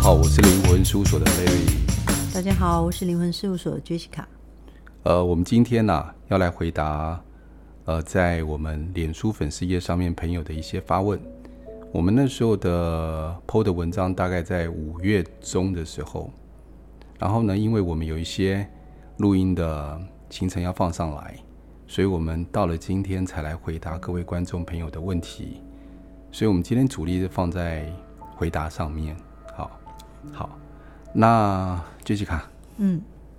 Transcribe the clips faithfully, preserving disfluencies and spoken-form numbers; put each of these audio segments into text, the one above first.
好，我是灵魂事务所的 Larry。 大家好，我是灵魂事务所的 Jessica。 呃，我们今天呢、啊、要来回答呃在我们脸书粉丝页上面朋友的一些发问。我们那时候的 po 的文章大概在五月中的时候，然后呢，因为我们有一些录音的行程要放上来，所以我们到了今天才来回答各位观众朋友的问题。所以我们今天主力是放在回答上面。好，好，那 Jessica， 嗯，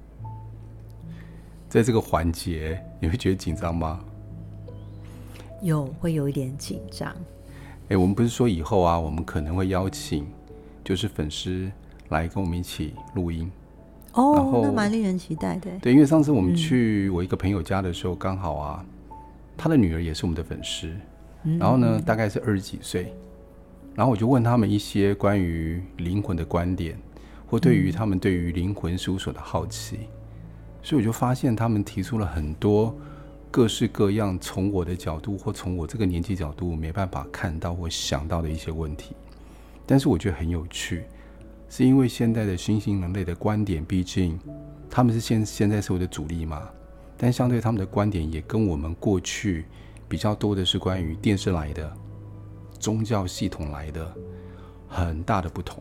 在这个环节，你会觉得紧张吗？ 有，会有一点紧张。 哎，我们不是说以后啊，我们可能会邀请就是粉丝来跟我们一起录音哦，那蛮令人期待的。 对，因为上次我们去我一个朋友家的时候，刚、嗯、好啊，他的女儿也是我们的粉丝，嗯、然后呢，大概是二十几岁，然后我就问他们一些关于灵魂的观点，或对于他们对于灵魂事务所的好奇，嗯、所以我就发现他们提出了很多各式各样从我的角度或从我这个年纪角度没办法看到或想到的一些问题，但是我觉得很有趣，是因为现代的新兴人类的观点，毕竟他们是 现, 现在社会的主力嘛，但相对他们的观点也跟我们过去比较多的是关于电视来的宗教系统来的很大的不同，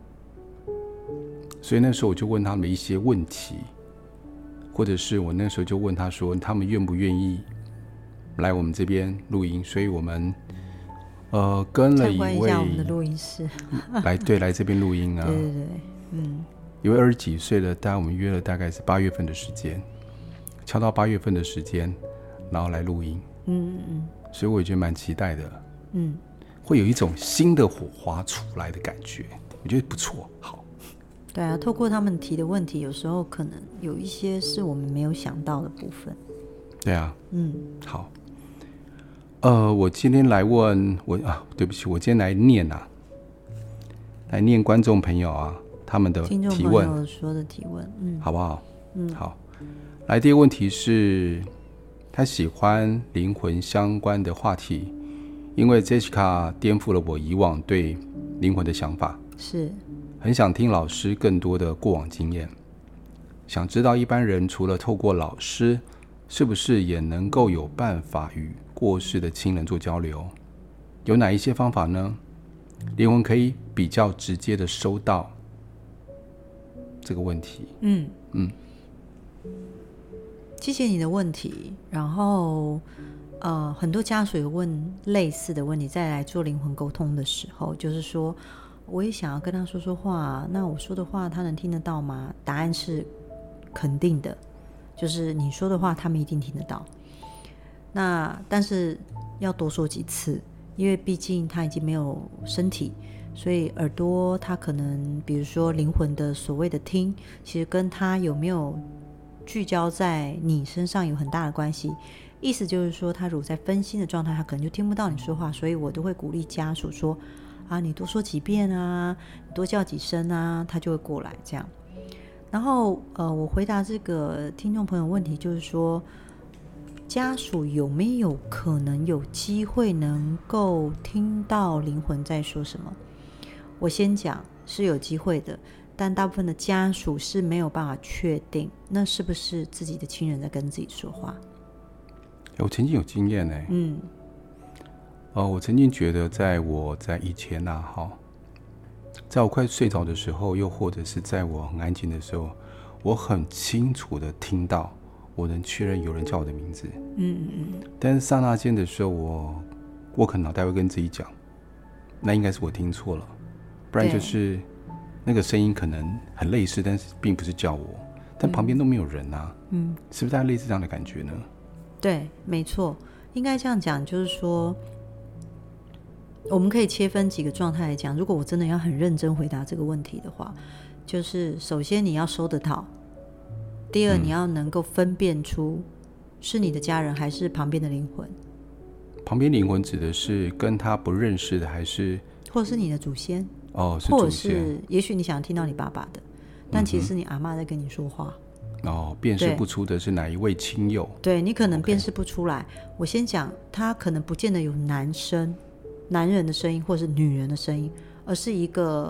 所以那时候我就问他们一些问题，或者是我那时候就问他说他们愿不愿意来我们这边录音，所以我们呃跟了一位参观一下我们的录音室来对来这边录音啊， 对对对，嗯， 一位二十几岁的，大概我们约了大概是八月份的时间，敲到八月份的时间，然后来录音， 嗯嗯， 所以我也觉得蛮期待的， 嗯， 会有一种新的火花出来的感觉，我觉得不错。好。 对啊，透过他们提的问题，有时候可能有一些是我们没有想到的部分。 对啊， 嗯， 好。呃，我今天来问我啊，对不起，我今天来念啊，来念观众朋友啊他们的提问， 听众朋友说的提问，嗯， 好不好？ 嗯， 好。来，第一个问题是，他喜欢灵魂相关的话题，因为 Jessica 颠覆了我以往对灵魂的想法， 是。 很想听老师更多的过往经验，想知道一般人除了透过老师，是不是也能够有办法与过世的亲人做交流？有哪一些方法呢？灵魂可以比较直接的收到这个问题。 嗯嗯， 谢谢你的问题。然后呃，很多家属有问类似的问题，在来做灵魂沟通的时候，就是说我也想要跟他说说话，那我说的话他能听得到吗？答案是肯定的，就是你说的话他们一定听得到。那但是要多说几次，因为毕竟他已经没有身体，所以耳朵他可能比如说灵魂的所谓的听，其实跟他有没有聚焦在你身上有很大的关系。意思就是说他如果在分心的状态，他可能就听不到你说话，所以我都会鼓励家属说啊，你多说几遍啊，你多叫几声啊，他就会过来这样。然后呃，我回答这个听众朋友问题，就是说家属有没有可能有机会能够听到灵魂在说什么？我先讲是有机会的，但大部分的家属是没有办法确定那是不是自己的亲人在跟自己说话。 我曾经有经验呢、欸，嗯。呃，我曾经觉得，在我在以前啊，哈，在我快睡着的时候，又或者是在我很安静的时候，我很清楚的听到，我能确认有人叫我的名字，嗯嗯嗯。但是刹那间的时候，我我可能脑袋会跟自己讲，那应该是我听错了，不然就是那个声音可能很类似，但是并不是叫我，但旁边都没有人啊，嗯，是不是大概类似这样的感觉呢？ 对，没错，应该这样讲，就是说。我们可以切分几个状态来讲，如果我真的要很认真回答这个问题的话，就是首先你要收得到，第二、嗯、你要能够分辨出是你的家人还是旁边的灵魂。 旁边灵魂指的是跟他不认识的，还是或者是你的祖先？ 哦，是祖先。 或者是也许你想听到你爸爸的，但其实是你阿嬷在跟你说话。 哦，辨识不出的是哪一位亲友？ 对，你可能辨识不出来。Okay. 我先讲，他可能不见得有男生男人的声音或是女人的声音，而是一个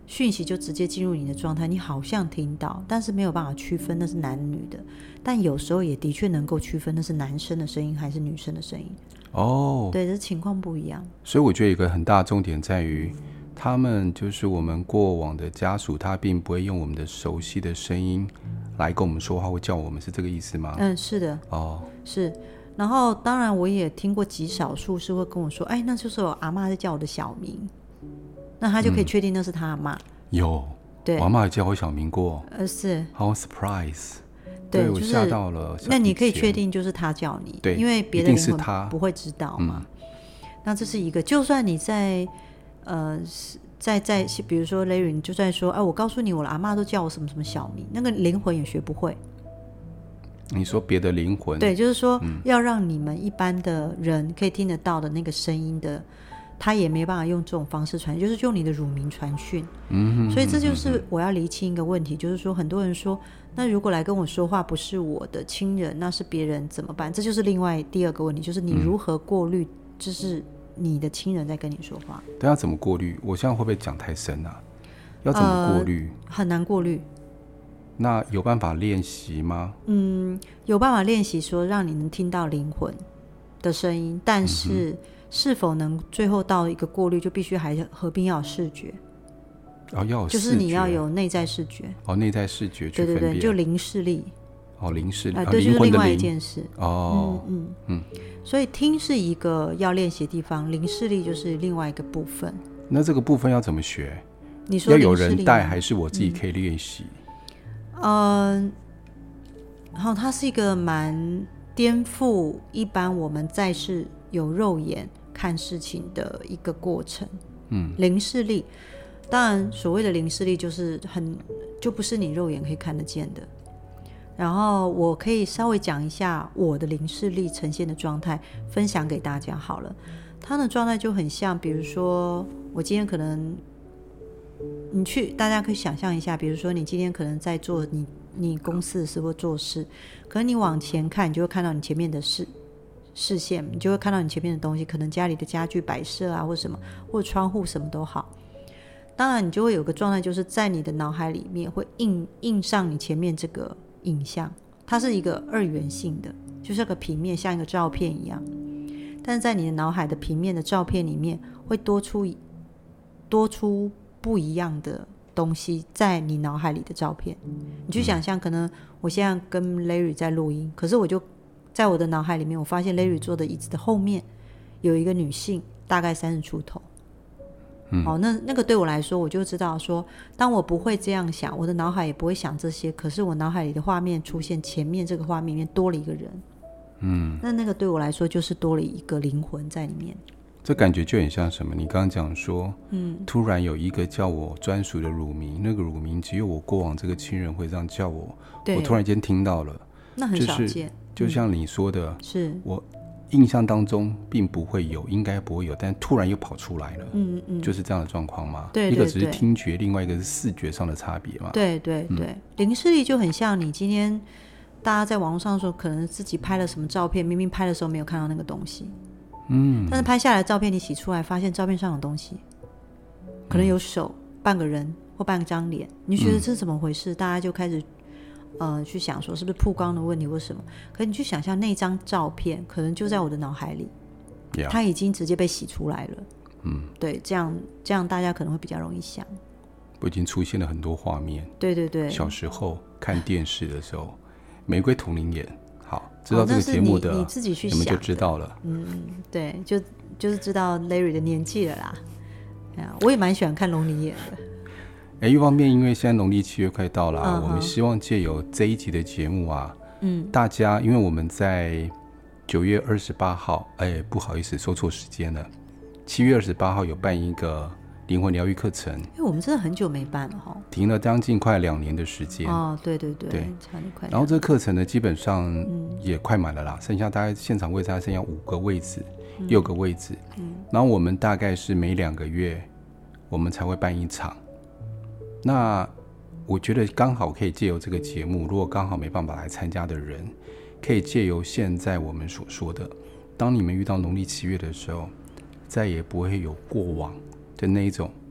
讯息就直接进入你的状态，你好像听到，但是没有办法区分那是男女的，但有时候也的确能够区分那是男生的声音还是女生的声音。 哦， 对，这情况不一样。 所以我觉得有一个很大的重点在于，他们就是我们过往的家属，他并不会用我们的熟悉的声音来跟我们说话，会叫我们，是这个意思吗？ 嗯，是的。 哦， 是。然后当然我也听过极少数是会跟我说，哎，那就是我阿嬷在叫我的小名，那他就可以确定那是他阿嬷、嗯、 有， 对， 我阿嬷也叫我小名过。 呃，是， 好 surprise， 对， 对、就是、我吓到了。 那你可以确定就是他叫你， 对， 因为别的灵魂不会知道嘛、嗯、那这是一个，就算你在呃在在比如说 Larry 就在说，哎，我告诉你我的阿嬷都叫我什么什么小名，那个灵魂也学不会。 你说别的灵魂， 对，就是说、嗯、要让你们一般的人可以听得到的那个声音的，他也没办法用这种方式传，就是用你的乳名传讯。嗯，所以这就是我要厘清一个问题，就是说很多人说，那如果来跟我说话不是我的亲人，那是别人怎么办？这就是另外第二个问题，就是你如何过滤，就是你的亲人在跟你说话。 但要怎么过滤？我现在会不会讲太深啊？要怎么过滤？ 呃、很难过滤。 那有办法练习吗？ 嗯，有办法练习说让你能听到灵魂的声音，但是、嗯、是否能最后到一个过滤，就必须还合并要有视觉。 哦，要有视觉， 就是你要有内在视觉。 哦，内在视觉去分辨。 对对对，就灵视力。 哦，灵视力、 呃、对，就是另外一件事。 哦， 嗯嗯嗯。所以听是一个要练习的地方，灵视力就是另外一个部分。 那这个部分要怎么学？ 你说要有人带，还是我自己可以练习？ 嗯，然后它是一个蛮颠覆一般我们在世有肉眼看事情的一个过程。嗯，灵视力，当然所谓的灵视力就是很就不是你肉眼可以看得见的。然后我可以稍微讲一下我的灵视力呈现的状态，分享给大家好了。它的状态就很像，比如说我今天可能。你去，大家可以想象一下，比如说你今天可能在做你你公司的事或做事，可能你往前看，你就会看到你前面的视视线，你就会看到你前面的东西，可能家里的家具摆设啊，或什么，或者窗户什么都好。当然，你就会有个状态，就是在你的脑海里面会印印上你前面这个影像，它是一个二元性的，就像个平面，像一个照片一样。但是在你的脑海的平面的照片里面，会多出多出。不一样的东西在你脑海里的照片，你去想象，可能我现在跟 Larry 在录音，可是我就在我的脑海里面，我发现 Larry 坐的椅子的后面有一个女性，大概三十出头。嗯，好，那那个对我来说，我就知道说，当我不会这样想，我的脑海也不会想这些，可是我脑海里的画面出现，前面这个画面里面多了一个人。嗯，那那个对我来说就是多了一个灵魂在里面。 这感觉就很像什么？你刚刚讲说，嗯，突然有一个叫我专属的乳名，那个乳名只有我过往这个亲人会这样叫我，我突然间听到了， 那很少见。 就是、就像你说的， 嗯、是我印象当中并不会有，应该不会有，但突然又跑出来了，嗯嗯，就是这样的状况吗？ 对对对， 一个只是听觉，另外一个是视觉上的差别嘛？ 对对对，嗯、灵视力就很像你今天大家在网络上说，可能自己拍了什么照片，明明拍的时候没有看到那个东西。嗯，但是拍下来的照片你洗出来发现照片上有东西，可能有手、嗯、半个人或半张脸，你觉得这是怎么回事、嗯、大家就开始呃去想说是不是曝光的问题或什么，可你去想象那张照片可能就在我的脑海里、yeah. 它已经直接被洗出来了。嗯，对，这样这样大家可能会比较容易想， 我已经出现了很多画面。 对对对， 小时候看电视的时候玫瑰瞳铃眼，好，知道这个节目的、 哦、你, 你自己去想， 你们就知道了。 嗯，对，就就是知道 Larry 的年纪了啦。我也蛮喜欢看龙尼眼的。 哎，一方面因为现在农历七月快到了、啊嗯、我们希望借由这一集的节目啊，嗯，大家因为我们在九月二十八号，哎，不好意思，说错时间了，七月二十八号有办一个灵魂疗愈课程， 因为我们真的很久没办了哈， 停了将近快两年的时间。 哦，对对对， 对， 差点快。 然后这个课程呢，基本上也快满了啦，嗯、剩下大概现场位置还剩下五个位置、嗯、六个位置。嗯，然后我们大概是每两个月我们才会办一场。那我觉得刚好可以借由这个节目，如果刚好没办法来参加的人，可以借由现在我们所说的，当你们遇到农历七月的时候，再也不会有过往的那一种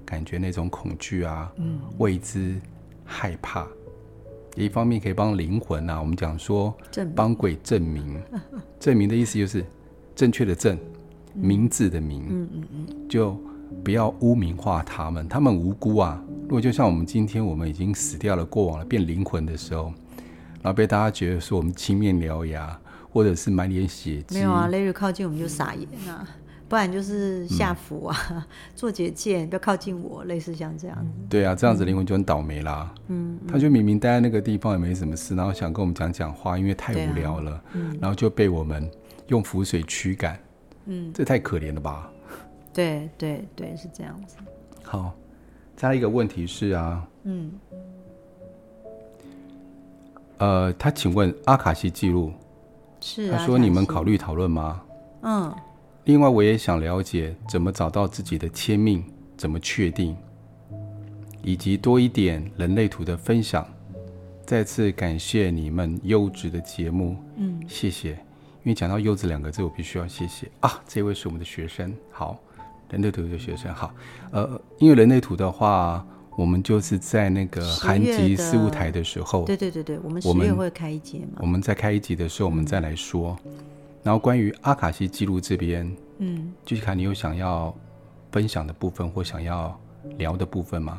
感觉那种恐惧啊、嗯、未知、害怕。一方面可以帮灵魂啊，我们讲说帮鬼证明，证明的意思就是正确的正，名字的名，嗯嗯嗯，就不要污名化他们，他们无辜啊。如果就像我们今天我们已经死掉了、过往了，变灵魂的时候，然后被大家觉得说我们青面獠牙，或者是满脸血迹， 没有啊，雷雨靠近我们就撒盐啊。不然就是下符啊、嗯、做结界，不要靠近我，类似像这样子。 对啊，这样子灵魂就很倒霉啦。嗯，他就明明待在那个地方也没什么事，然后想跟我们讲讲话，因为太无聊了、啊嗯、然后就被我们用符水驱赶。嗯，这太可怜了吧。 对对对，是这样子。 好，再来一个问题是啊，嗯，呃，他请问阿卡西记录是、 啊、他说你们考虑讨论吗？嗯，另外我也想了解怎么找到自己的天命，怎么确定，以及多一点人类图的分享。再次感谢你们优质的节目，嗯，谢谢。因为讲到优质两个字，我必须要谢谢啊，这位是我们的学生，好，人类图的学生，好，呃，因为人类图的话，我们就是在那个韩籍事务台的时候， 对对对对，我们十月会开一节嘛， 我们在开一集的时候，我们再来说。嗯，然后关于阿卡西记录这边，嗯，具体看你有想要分享的部分或想要聊的部分吗？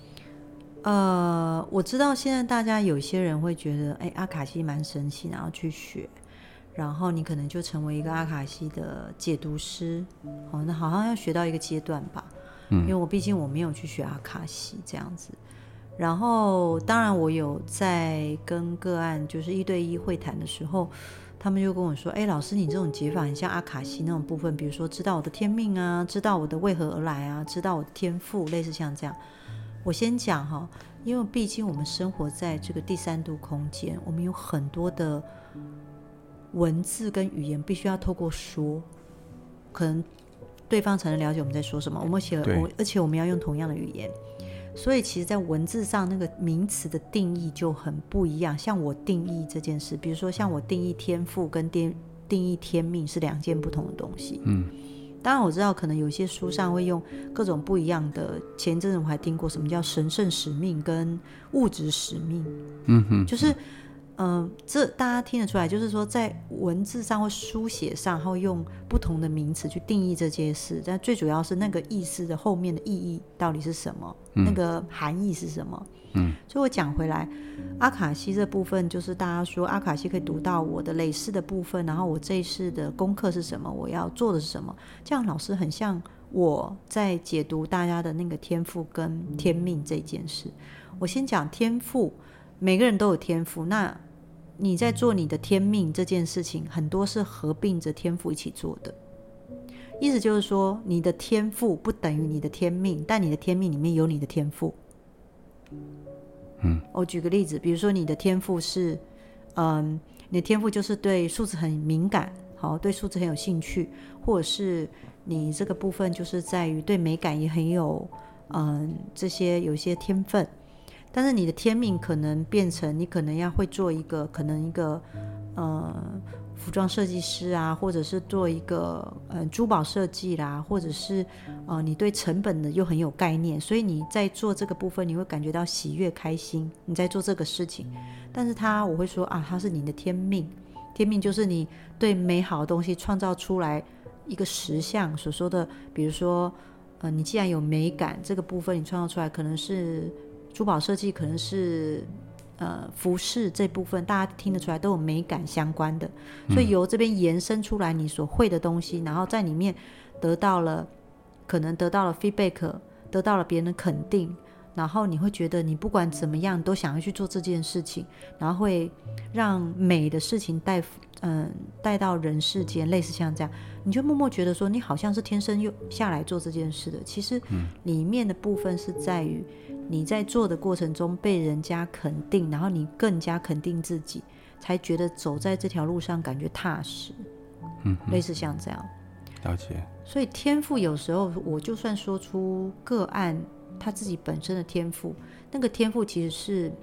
呃，我知道现在大家有些人会觉得，哎，阿卡西蛮神奇，然后去学，然后你可能就成为一个阿卡西的解读师，哦，那好像要学到一个阶段吧，嗯，因为我毕竟我没有去学阿卡西这样子。然后当然我有在跟个案就是一对一会谈的时候，他们就跟我说，哎，老师你这种解法很像阿卡西那种部分，比如说知道我的天命啊，知道我的为何而来啊，知道我的天赋，类似像这样。我先讲哈，因为毕竟我们生活在这个第三度空间，我们有很多的文字跟语言必须要透过说，可能对方才能了解我们在说什么，我们写而且我们要用同样的语言，所以其实在文字上那个名词的定义就很不一样。像我定义这件事，比如说像我定义天赋跟定义天命是两件不同的东西。嗯，当然我知道可能有些书上会用各种不一样的，前一阵子我还听过什么叫神圣使命跟物质使命。嗯哼，就是嗯、呃，这大家听得出来，就是说在文字上或书写上会用不同的名词去定义这件事，但最主要是那个意思的后面的意义到底是什么、嗯、那个含义是什么。嗯，所以我讲回来，阿卡西这部分就是大家说阿卡西可以读到我的累世的部分，然后我这一世的功课是什么，我要做的是什么，这样老师很像我在解读大家的那个天赋跟天命这件事。我先讲天赋，每个人都有天赋，那你在做你的天命这件事情，很多是合并着天赋一起做的。意思就是说，你的天赋不等于你的天命，但你的天命里面有你的天赋。嗯，我举个例子，比如说你的天赋是，嗯，你的天赋就是对数字很敏感，好，对数字很有兴趣，或者是你这个部分就是在于对美感也很有，嗯，这些有一些天分。但是你的天命可能变成你可能要会做一个可能一个呃服装设计师啊，或者是做一个呃珠宝设计啦，或者是呃你对成本的又很有概念，所以你在做这个部分你会感觉到喜悦开心，你在做这个事情。但是它我会说啊，它是你的天命，天命就是你对美好的东西创造出来一个实相所说的，比如说呃你既然有美感这个部分你创造出来，可能是珠宝设计，可能是呃服饰这部分，大家听得出来都有美感相关的，所以由这边延伸出来你所会的东西，然后在里面得到了可能得到了 feedback， 得到了别人的肯定，然后你会觉得你不管怎么样都想要去做这件事情，然后会让美的事情带嗯带到人世间，类似像这样，你就默默觉得说你好像是天生又下来做这件事的。其实里面的部分是在于你在做的过程中被人家肯定，然后你更加肯定自己，才觉得走在这条路上感觉踏实。嗯，类似像这样。 了解。 所以天赋有时候我就算说出个案他自己本身的天赋，那个天赋其实是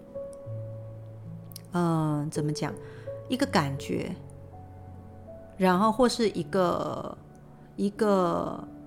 嗯、呃，怎么讲，一个感觉，然后或是一个一个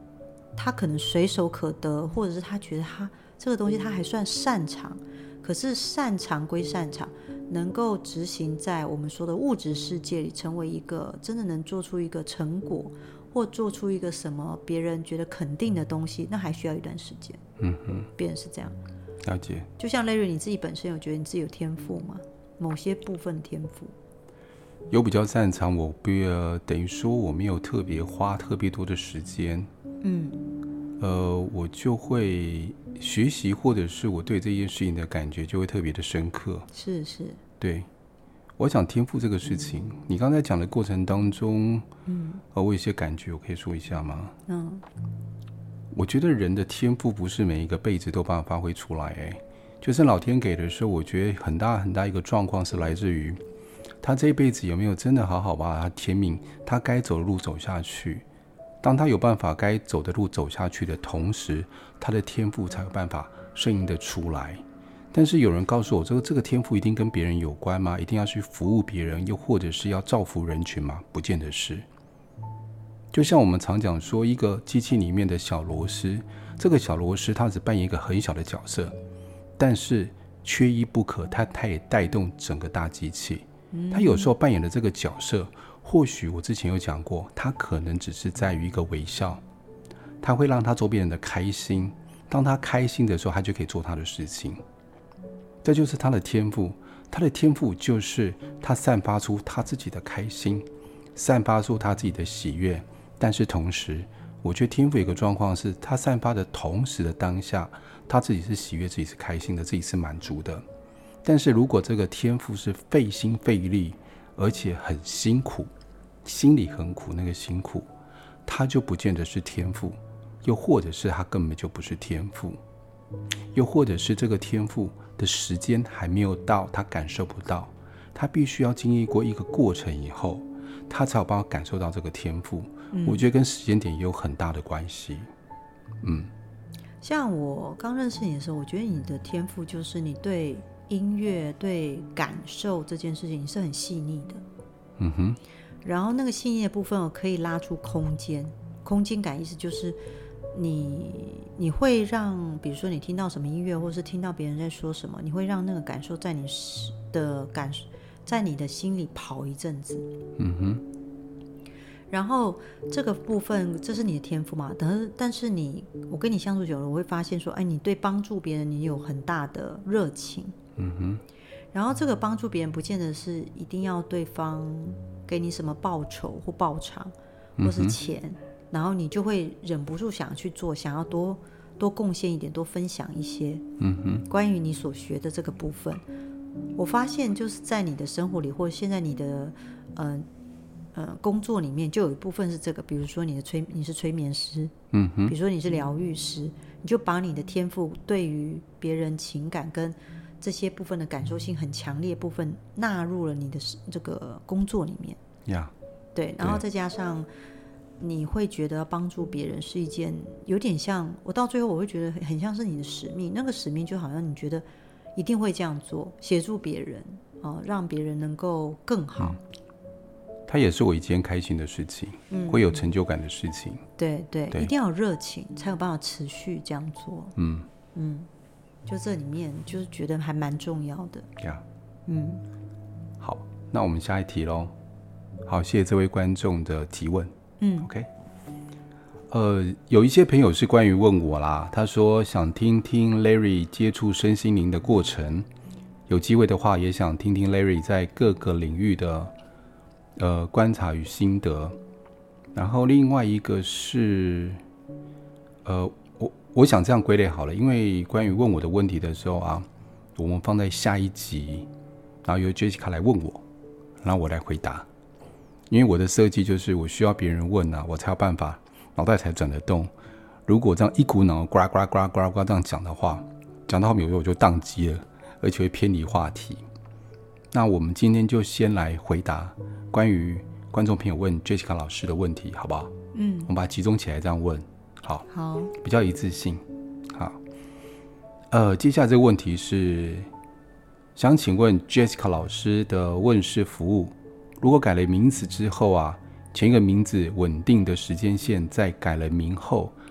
他可能随手可得，或者是他觉得他这个东西他还算擅长，可是擅长归擅长，能够执行在我们说的物质世界里，成为一个真的能做出一个成果，或做出一个什么别人觉得肯定的东西，那还需要一段时间。 嗯哼， 别人是这样了解。 就像 Larry 你自己本身有觉得你自己有天赋吗？某些部分天赋有比较擅长，我不、呃、等于说我没有特别花特别多的时间， 嗯， 呃，我就会学习，或者是我对这件事情的感觉就会特别的深刻。 是是， 对，我想天赋这个事情，你刚才讲的过程当中，嗯，呃，我有一些感觉，我可以说一下吗？ 嗯， 我觉得人的天赋不是每一个辈子都有办法发挥出来，哎，就是老天给的时候，我觉得很大很大一个状况是来自于他这一辈子有没有真的好好把他天命，他该走的路走下去。当他有办法该走的路走下去的同时，他的天赋才有办法顺应的出来。但是有人告诉我，这个这个天赋一定跟别人有关吗？一定要去服务别人，又或者是要造福人群吗？不见得是。就像我们常讲说，一个机器里面的小螺丝，这个小螺丝它只扮演一个很小的角色，但是缺一不可，它它也带动整个大机器。它有时候扮演的这个角色，或许我之前有讲过，它可能只是在于一个微笑，它会让他周边人的开心。当他开心的时候，他就可以做他的事情。这就是他的天赋，他的天赋就是他散发出他自己的开心，散发出他自己的喜悦。但是同时，我觉得天赋有一个状况是，他散发的同时的当下，他自己是喜悦，自己是开心的，自己是满足的。但是如果这个天赋是费心费力，而且很辛苦，心里很苦，那个辛苦，他就不见得是天赋，又或者是他根本就不是天赋，又或者是这个天赋的时间还没有到，他感受不到，他必须要经历过一个过程以后，他才有办法感受到这个天赋。嗯、我觉得跟时间点也有很大的关系。嗯， 像我刚认识你的时候，我觉得你的天赋就是你对音乐、对感受这件事情，你是很细腻的。 嗯哼。 然后那个细腻的部分，我可以拉出空间，空间感意思就是你你会让，比如说你听到什么音乐，或是听到别人在说什么，你会让那个感受在你的感在你的心里跑一阵子。 嗯哼。 然后这个部分，这是你的天赋嘛？但是但是你，我跟你相处久了，我会发现说，哎，你对帮助别人，你有很大的热情。 嗯哼。 然后这个帮助别人，不见得是一定要对方给你什么报酬或报偿，或是钱，嗯、然后你就会忍不住想去做，想要多多贡献一点，多分享一些。 嗯哼。关于你所学的这个部分，我发现就是在你的生活里，或者现在你的呃。呃，工作里面就有一部分是这个，比如说你的催，你是催眠师， 嗯哼， 比如说你是疗愈师，你就把你的天赋对于别人情感跟这些部分的感受性很强烈的部分纳入了你的这个工作里面。 呀、yeah, 对，然后再加上你会觉得帮助别人是一件有点像，我到最后我会觉得很像是你的使命，那个使命就好像你觉得一定会这样做，协助别人、哦、让别人能够更好。嗯， 它也是我一件开心的事情、嗯、会有成就感的事情。 对 对, 对，一定要有热情才有办法持续这样做。嗯嗯，就这里面就是觉得还蛮重要的。 yeah. 嗯， 好，那我们下一题咯。好，谢谢这位观众的提问。 嗯 OK， 呃，有一些朋友是关于问我啦，他说想听听 Larry 接触身心灵的过程，有机会的话也想听听 Larry 在各个领域的呃，观察与心得。然后另外一个是呃，我我想这样归类好了，因为关于问我的问题的时候啊，我们放在下一集，然后由 Jessica 来问我，然后我来回答。因为我的设计就是我需要别人问啊，我才有办法脑袋才转得动。如果这样一股脑呱啦呱啦呱啦呱啦呱啦这样讲的话，讲到后面我就宕机了，而且会偏离话题。那我们今天就先来回答关于观众朋友问 Jessica 老师的问题，好不好？ 嗯， 我们把它集中起来这样问，好， 好， 比较一致性。好，呃，接下来这个问题是想请问 Jessica 老师的问世服务，如果改了名字之后啊，前一个名字稳定的时间线，在改了名后，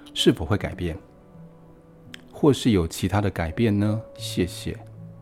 是否会改变，或是有其他的改变呢？谢谢。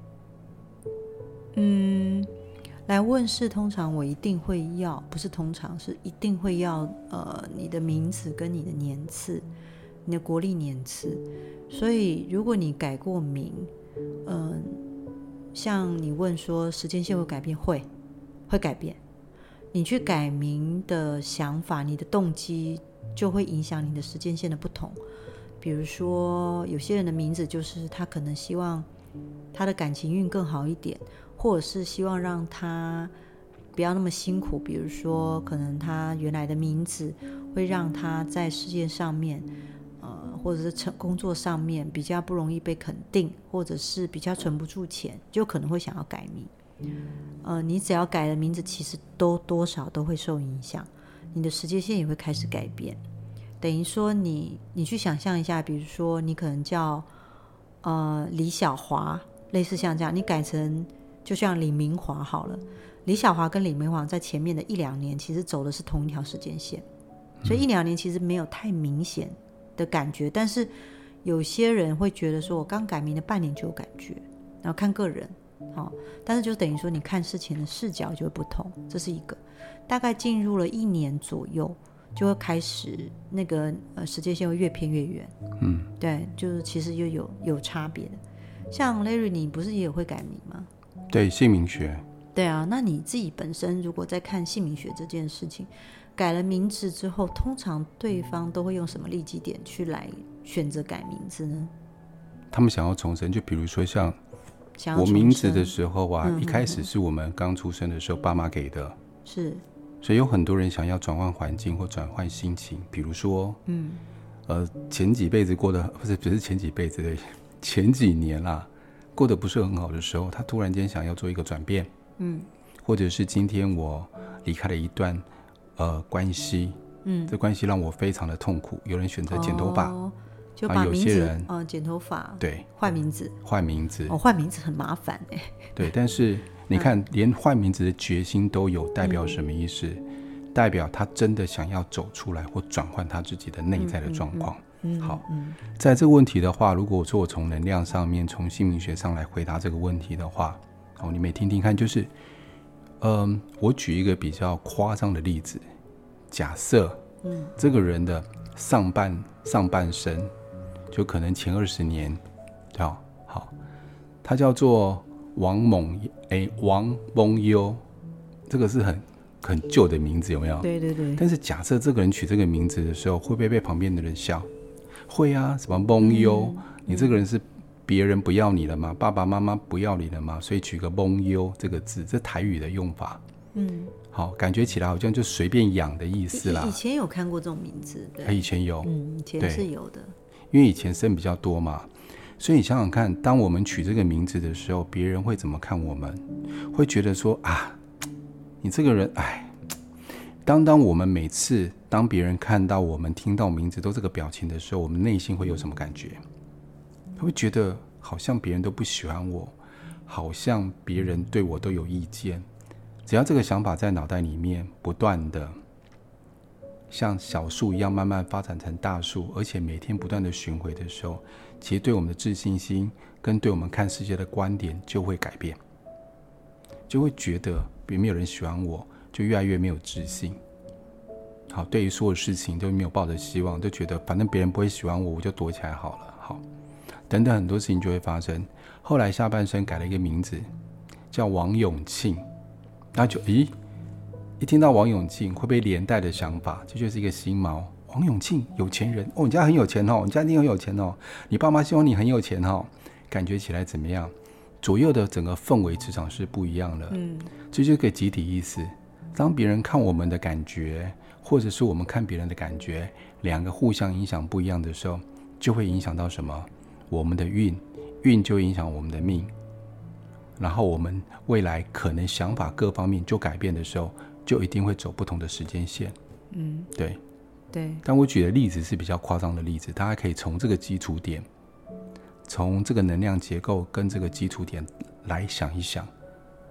嗯，来问世通常我一定会要，不是通常是一定会要呃你的名字跟你的年次，你的国历年次。所以如果你改过名，嗯、呃，像你问说时间线会改变，会会改变。你去改名的想法，你的动机就会影响你的时间线的不同。比如说有些人的名字就是他可能希望他的感情运更好一点，或者是希望让他不要那么辛苦，比如说可能他原来的名字会让他在事业上面呃，或者是工作上面比较不容易被肯定，或者是比较存不住钱，就可能会想要改名。呃，你只要改了名字，其实都多少都会受影响，你的时间线也会开始改变。等于说你你去想象一下，比如说你可能叫呃李小华，类似像这样，你改成就像李明华好了。李小华跟李明华在前面的一两年其实走的是同一条时间线，所以一两年其实没有太明显的感觉，但是有些人会觉得说我刚改名的半年就有感觉，然后看个人。哦、但是就等于说你看事情的视角就会不同，这是一个。大概进入了一年左右就会开始那个呃时间线会越偏越远。嗯，对，就是其实又有有差别的。像 Larry 你不是也有会改名吗？ 对，姓名学。 对啊，那你自己本身如果在看姓名学这件事情，改了名字之后，通常对方都会用什么立基点去来选择改名字呢？ 他们想要重生，就比如说像我名字的时候啊，嗯、一开始是我们刚出生的时候爸妈给的， 是， 所以有很多人想要转换环境或转换心情，比如说，嗯，呃，前几辈子过得不是不是前几辈子的前几年啦，过得不是很好的时候，他突然间想要做一个转变，嗯，或者是今天我离开了一段呃关系，嗯，这关系让我非常的痛苦，有人选择剪头发。哦， 就把名字、啊呃、剪头发， 对， 换名字， 换名字， 哦，换名字很麻烦哎。 对，但是你看，连换名字的决心都有，代表什么意思？嗯、代表他真的想要走出来，或转换他自己的内在的状况。嗯嗯嗯、好，嗯、在这个问题的话，如果说我从能量上面、从姓名学上来回答这个问题的话，哦，你们也听听看，就是，嗯，我举一个比较夸张的例子，假设，嗯，这个人的上半上半身。就可能前二十年，好，好，他叫做王猛，哎，王蒙优，这个是很很旧的名字，有没有？ 对对对。 但是假设这个人取这个名字的时候，会不会被旁边的人笑？会啊，什么蒙优、嗯？你这个人是别人不要你了吗？爸爸妈妈不要你了吗？所以取个蒙优这个字，这台语的用法。嗯。好，感觉起来好像就随便养的意思啦。 以前有看过这种名字，对。 以前有， 嗯，以前是有的。 因为以前生比较多嘛，所以你想想看，当我们取这个名字的时候，别人会怎么看我们？会觉得说啊，你这个人，哎，当当我们每次当别人看到我们、听到名字都这个表情的时候，我们内心会有什么感觉？会觉得好像别人都不喜欢我，好像别人对我都有意见。只要这个想法在脑袋里面不断的。像小树一样慢慢发展成大树，而且每天不断的巡回的时候，其实对我们的自信心跟对我们看世界的观点就会改变，就会觉得也没有人喜欢我，就越来越没有自信。好，对于所有事情都没有抱着希望，就觉得反正别人不会喜欢我，我就躲起来好了。好，等等很多事情就会发生。后来下半生改了一个名字，叫王永庆，然后就咦。一听到王永庆会被连带的想法，这就是一个新锚。王永庆有钱人哦，你家很有钱哦，你家一定很有钱哦，你爸妈希望你很有钱哦，感觉起来怎么样？左右的整个氛围磁场是不一样的。嗯，这就是个集体意识。当别人看我们的感觉，或者是我们看别人的感觉，两个互相影响不一样的时候，就会影响到什么？我们的运，运就影响我们的命，然后我们未来可能想法各方面就改变的时候。就一定会走不同的时间线。嗯，对对。 但我举的例子是比较夸张的例子，大家可以从这个基础点，从这个能量结构跟这个基础点来想一想，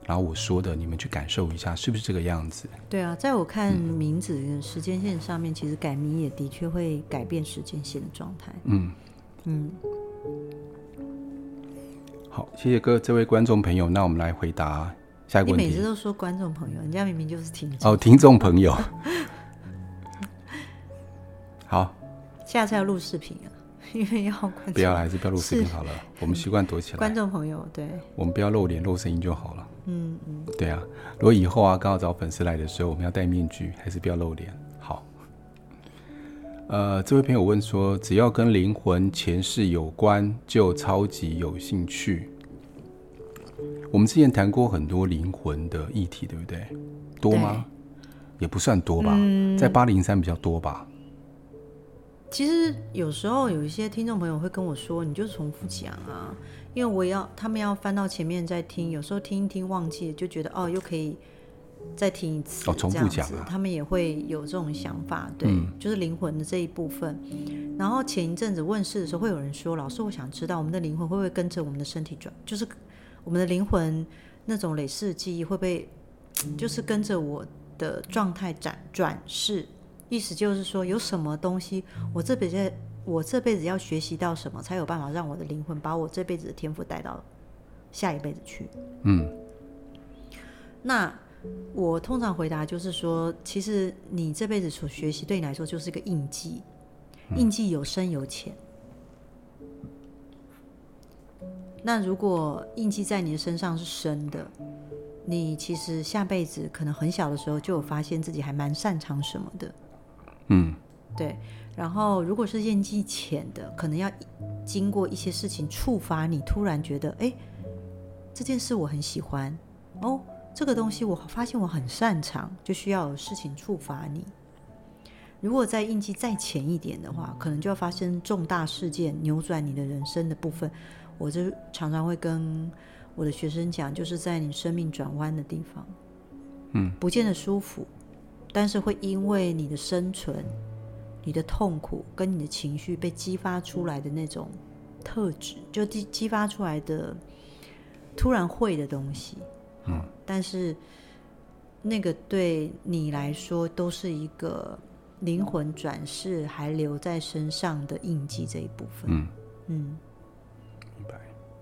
然后我说的你们去感受一下是不是这个样子。 对啊，在我看名字的时间线上面，其实改名也的确会改变时间线的状态。 嗯嗯， 好，谢谢各这位观众朋友，那我们来回答下一个问题。 你每次都说观众朋友，人家明明就是听众。 哦，听众朋友好， 下次要录视频啊，因为要观众不要了，还是不要录视频好了，我们习惯躲起来。 观众朋友，对， 我们不要露脸露声音就好了。 嗯嗯， 对啊，如果以后啊刚好找粉丝来的时候，我们要戴面具，还是不要露脸？好。呃，这位朋友问说，只要跟灵魂前世有关，就超级有兴趣。我们之前谈过很多灵魂的议题，对不对？多吗？也不算多吧，嗯、在八零三比较多吧。 其实有时候有一些听众朋友会跟我说，你就重复讲啊，因为我也要他们要翻到前面再听，有时候听一听忘记了，就觉得哦又可以再听一次， 哦，重复讲啊， 他们也会有这种想法，对，嗯、就是灵魂的这一部分。然后前一阵子问世的时候，会有人说，老师，我想知道我们的灵魂会不会跟着我们的身体转，就是我们的灵魂那种累世的记忆会不会，就是跟着我的状态转转世？意思就是说，有什么东西，我这辈子我这辈子要学习到什么，才有办法让我的灵魂把我这辈子的天赋带到下一辈子去。嗯，那我通常回答就是说，其实你这辈子所学习对你来说就是一个印记，印记有深有浅。那如果印记在你的身上是深的，你其实下辈子可能很小的时候就有发现自己还蛮擅长什么的。嗯，对。然后如果是印记浅的，可能要经过一些事情触发你，突然觉得哎，这件事我很喜欢哦，这个东西我发现我很擅长，就需要有事情触发你。如果在印记再浅一点的话，可能就要发生重大事件扭转你的人生的部分。我就常常会跟我的学生讲，就是在你生命转弯的地方，嗯，不见得舒服，但是会因为你的生存、你的痛苦跟你的情绪被激发出来的那种特质，就激发出来的突然会的东西，嗯，但是那个对你来说都是一个灵魂转世还留在身上的印记这一部分，嗯嗯， 明白。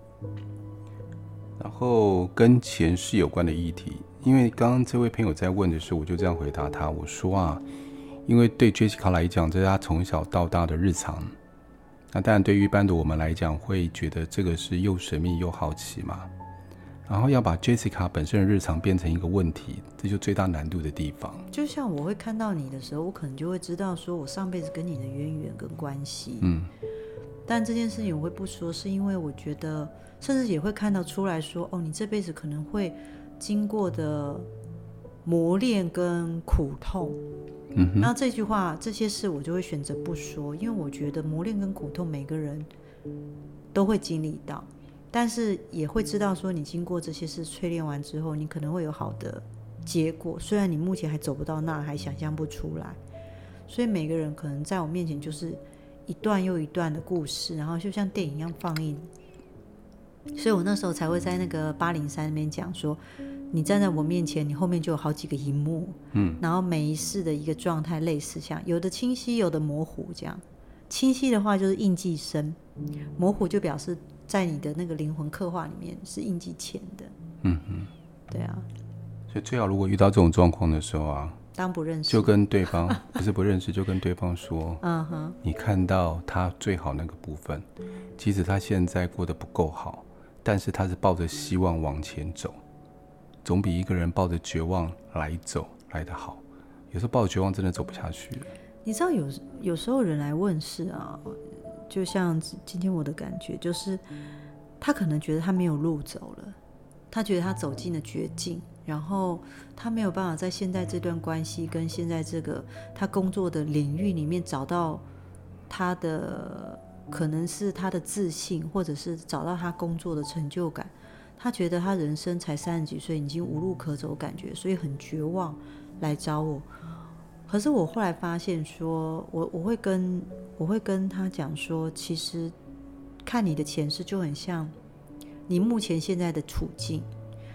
然后跟前世有关的议题，因为刚刚这位朋友在问的时候，我就这样回答他，我说啊，因为对 Jessica 来讲，这是他从小到大的日常。那当然，对于一般的我们来讲，会觉得这个是又神秘又好奇嘛。然后要把 Jessica 本身的日常变成一个问题，这就最大难度的地方。 就像我会看到你的时候，我可能就会知道说我上辈子跟你的渊源跟关系。嗯。但这件事情我会不说，是因为我觉得，甚至也会看到出来说，哦，你这辈子可能会经过的磨练跟苦痛。嗯哼。那这句话，这些事我就会选择不说，因为我觉得磨练跟苦痛每个人都会经历到，但是也会知道说，你经过这些事淬炼完之后，你可能会有好的结果，虽然你目前还走不到那，还想象不出来。所以每个人可能在我面前就是一段又一段的故事，然后就像电影一样放映。所以我那时候才会在那个八零三那边讲说，你站在我面前，你后面就有好几个荧幕，嗯，然后每一世的一个状态类似像有的清晰，有的模糊这样。清晰的话就是印记深，模糊就表示在你的那个灵魂刻画里面是印记浅的。嗯嗯，对啊。 所以最好如果遇到这种状况的时候啊， 当不认识就跟对方不是不认识就跟对方说，嗯哼，你看到他最好那个部分，即使他现在过得不够好，但是他是抱着希望往前走，总比一个人抱着绝望来走来得好。有时候抱着绝望真的走不下去了。 你知道有有时候人来问事啊，就像今天我的感觉就是他可能觉得他没有路走了，他觉得他走进了绝境，然后他没有办法在现在这段关系跟现在这个他工作的领域里面找到他的可能是他的自信，或者是找到他工作的成就感。他觉得他人生才三十几岁，已经无路可走感觉，所以很绝望来找我。可是我后来发现说，我我会跟我会跟他讲说，其实看你的前世就很像你目前现在的处境，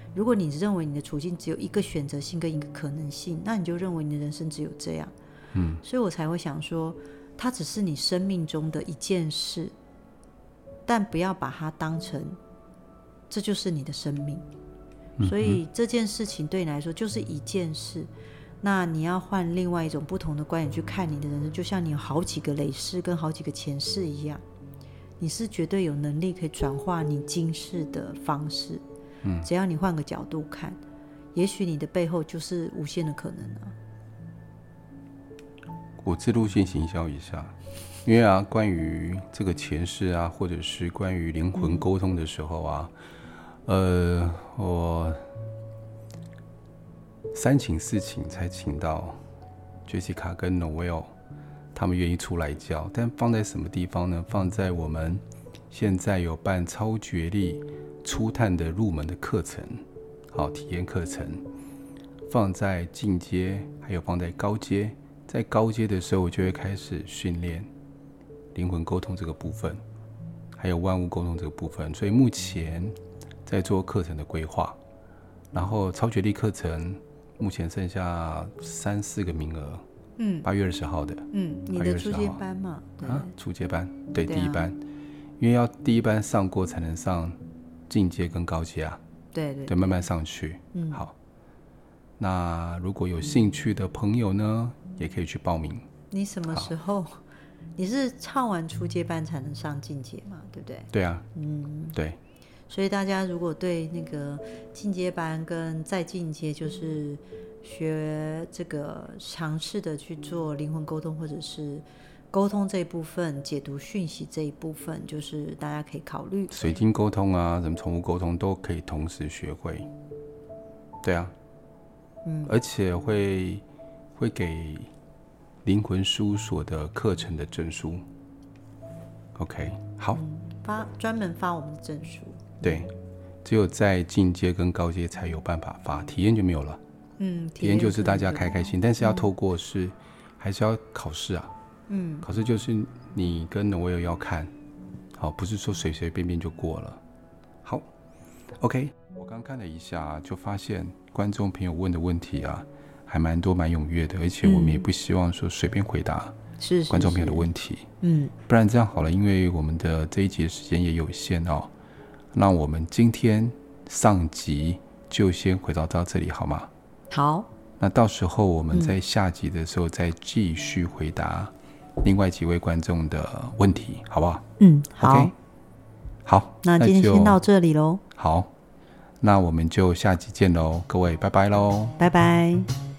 如果你认为你的处境只有一个选择性跟一个可能性，那你就认为你的人生只有这样。嗯，所以我才会想说，它只是你生命中的一件事，但不要把它当成这就是你的生命。所以这件事情对你来说就是一件事，那你要换另外一种不同的观点去看你的人生，就像你有好几个累世跟好几个前世一样，你是绝对有能力可以转化你今世的方式。嗯，只要你换个角度看，也许你的背后就是无限的可能啊。 我自录性行销一下，因为啊，关于这个前世啊，或者是关于灵魂沟通的时候啊，嗯、呃，我三请四请才请到 Jessica 跟 Noel， 他们愿意出来教，但放在什么地方呢？放在我们现在有办超觉力初探的入门的课程，好，体验课程，放在进阶，还有放在高阶。在高阶的时候，我就会开始训练灵魂沟通这个部分，还有万物沟通这个部分。所以目前在做课程的规划，然后超觉力课程目前剩下三四个名额，嗯，八月二十号的， 嗯，你的初阶班嘛，对啊，初阶班，对， 对啊、 第一班，因为要第一班上过才能上进阶跟高阶啊， 对 对, 对，慢慢上去，嗯，好。那如果有兴趣的朋友呢，也可以去报名。 你什么时候？你是上完初阶班才能上进阶嘛？对不对？ 对啊，嗯，对。 所以大家如果对那个进阶班跟再进阶，就是学这个尝试的去做灵魂沟通，或者是沟通这一部分、解读讯息这一部分，就是大家可以考虑水晶沟通啊，什么宠物沟通都可以同时学会。对啊。嗯，而且会会给灵魂事务所的课程的证书。OK， 好， 嗯、发专门发我们的证书。 对，只有在进阶跟高阶才有办法发，体验就没有了。嗯，体验就是大家开开心，但是要透过是、嗯、还是要考试啊。嗯，考试就是你跟 Noel 要看，好，不是说随随便便就过了。好 ，OK。我刚看了一下，就发现观众朋友问的问题啊，还蛮多、蛮踊跃的，而且我们也不希望说随便回答观众朋友的问题，嗯，不然这样好了，因为我们的这一集的时间也有限哦，那我们今天上集就先回到到这里好吗？ 好， 那到时候我们在下集的时候再继续回答另外几位观众的问题，好不好？ 嗯，好。 Okay? 好， 那今天先到这里咯。 好。那我们就下集见喽，各位，拜拜喽， 拜拜。